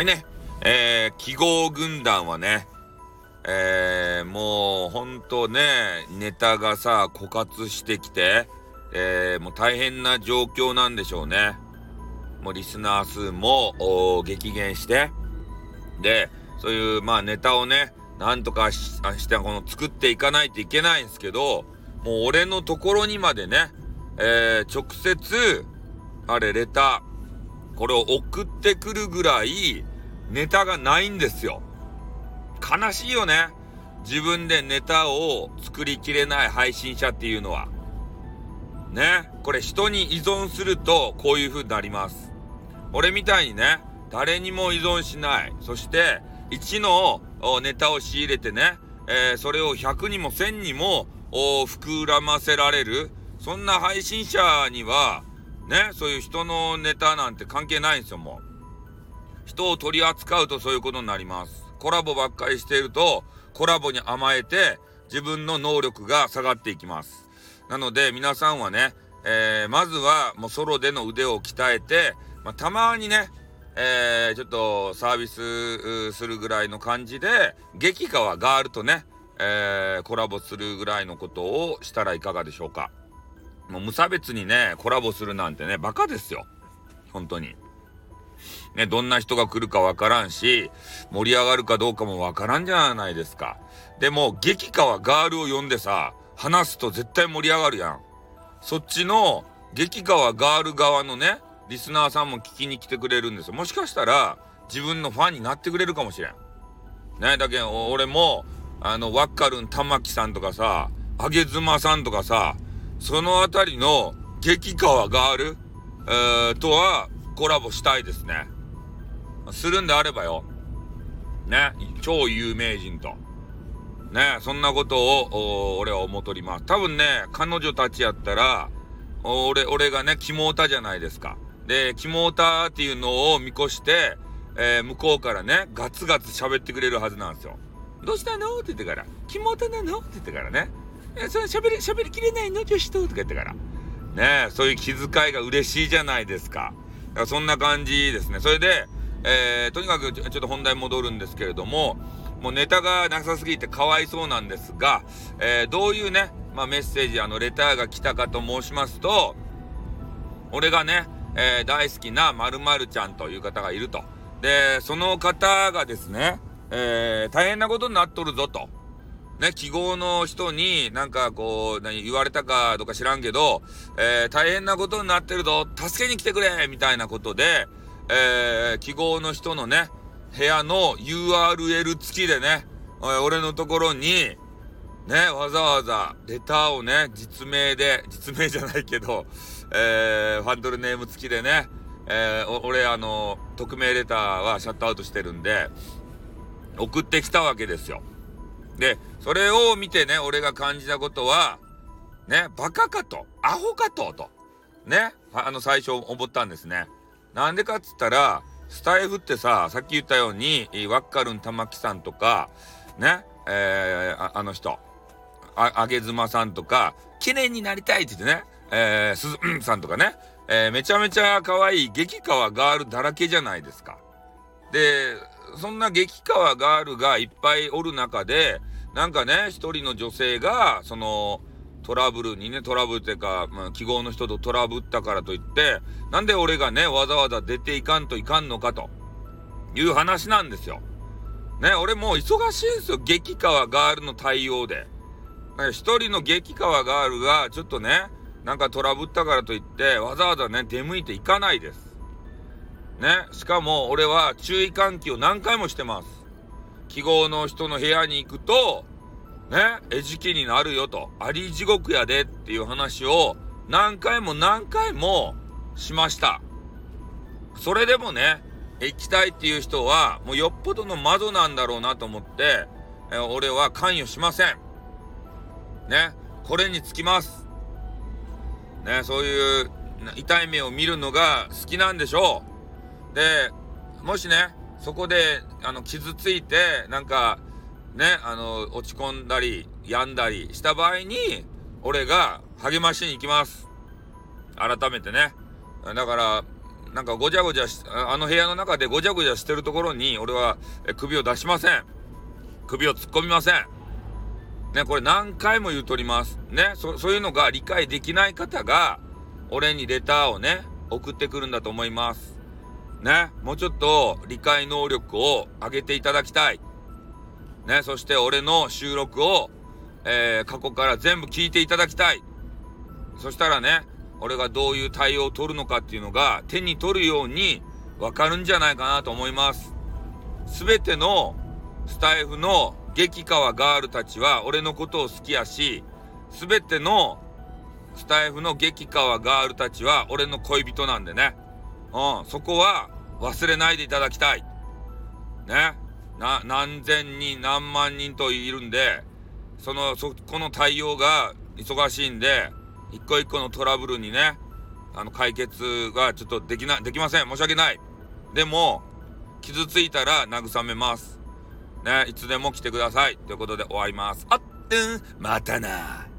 ね、記号軍団はね、もうほんとね、ネタがさ、枯渇してきて、もう大変な状況なんでしょうね。もうリスナー数も激減して、で、そういうまあネタをね、なんとかしてこの作っていかないといけないんですけど、もう俺のところにまでね、直接、レター、これを送ってくるぐらい、ネタがないんですよ。悲しいよね。自分でネタを作りきれない配信者っていうのは。ね。これ人に依存するとこういう風になります。俺みたいにね、誰にも依存しない。そして、1のネタを仕入れてね、それを100にも1000にも膨らませられる。そんな配信者には、ね、そういう人のネタなんて関係ないんですよ、もう。人を取り扱うとそういうことになります。コラボばっかりしていると、コラボに甘えて自分の能力が下がっていきます。なので皆さんはね、まずはもうソロでの腕を鍛えて、たまにね、ちょっとサービスするぐらいの感じで、激川ガールとね、コラボするぐらいのことをしたらいかがでしょうか。もう無差別にね、コラボするなんてね、バカですよ。本当に。ね、どんな人が来るかわからんし、盛り上がるかどうかもわからんじゃないですか。でも、激川ガールを呼んでさ、話すと絶対盛り上がるやん。そっちの激川ガール側のね、リスナーさんも聞きに来てくれるんですよ。もしかしたら、自分のファンになってくれるかもしれん。ね、だけど、俺も、ワッカルン玉木さんとかさ、あげずまさんとかさ、そのあたりの激川ガール、とはコラボしたいですね。するんであればよ。ね。超有名人と。ね。そんなことを、俺は思っとります。多分ね、彼女たちやったら、俺がね、キモータじゃないですか。で、キモータっていうのを見越して、向こうからね、ガツガツ喋ってくれるはずなんですよ。どうしたのって言ってから、キモータなのって言ってからね。それ喋りきれないの女子ととか言ってから。ね。そういう気遣いが嬉しいじゃないですか。だからそんな感じですね。それで、とにかくちょっと本題戻るんですけれども、もうネタがなさすぎてかわいそうなんですが、どういうね、メッセージ、レターが来たかと申しますと、俺がね、大好きな〇〇ちゃんという方がいると。で、その方がですね、大変なことになっとるぞと。ね、記号の人になんかこう、言われたかどうか知らんけど、大変なことになってるぞ、助けに来てくれみたいなことで、記号の人のね、部屋の URL 付きでね、俺のところに、ね、わざわざレターをね、実名じゃないけど、ファンドルネーム付きでね、俺匿名レターはシャットアウトしてるんで、送ってきたわけですよ。で、それを見てね、俺が感じたことは、ね、バカかと、アホかと、ね、最初思ったんですね。なんでかっつったら、スタイフってさ、さっき言ったように、ワッカルン玉木さんとか、ね、あの人、あげずまさんとか、綺麗になりたいって言ってね、すずさんとかね、めちゃめちゃ可愛い激川ガールだらけじゃないですか。で、そんな激川ガールがいっぱいおる中で、なんかね、一人の女性が、その、トラブルっていうか、記号の人とトラブったからといって、なんで俺がね、わざわざ出ていかんといかんのかという話なんですよ。ね、俺もう忙しいんですよ、激川ガールの対応で。一人の激川ガールが、ちょっとね、なんかトラブったからといって、わざわざね、出向いていかないです。ね、しかも俺は注意喚起を何回もしてます。記号の人の部屋に行くと、ね、餌食になるよと、あり地獄やでっていう話を何回もしました。それでもね、行きたいっていう人はもうよっぽどの窓なんだろうなと思って、俺は関与しません。ね、これにつきます。ね、そういう痛い目を見るのが好きなんでしょう。で、もしね、そこで、傷ついて、なんか、ね、落ち込んだり、病んだりした場合に、俺が励ましに行きます。改めてね。だから、 なんかごちゃごちゃあの部屋の中でごちゃごちゃしてるところに俺は首を出しません。首を突っ込みません。ね、これ何回も言うとります。ね、そういうのが理解できない方が、俺にレターをね、送ってくるんだと思います。ね、もうちょっと理解能力を上げていただきたい。ね、そして俺の収録を、過去から全部聞いていただきたい。そしたらね、俺がどういう対応を取るのかっていうのが手に取るようにわかるんじゃないかなと思います。すべてのスタイフの激川ガールたちは俺のことを好きやし、すべてのスタイフの激川ガールたちは俺の恋人なんでね。そこは忘れないでいただきたい。ね。何千人何万人といるんで、そこの対応が忙しいんで、一個一個のトラブルにね、解決がちょっとできません。申し訳ない。でも、傷ついたら慰めます。ね、いつでも来てください。ということで終わります。またな。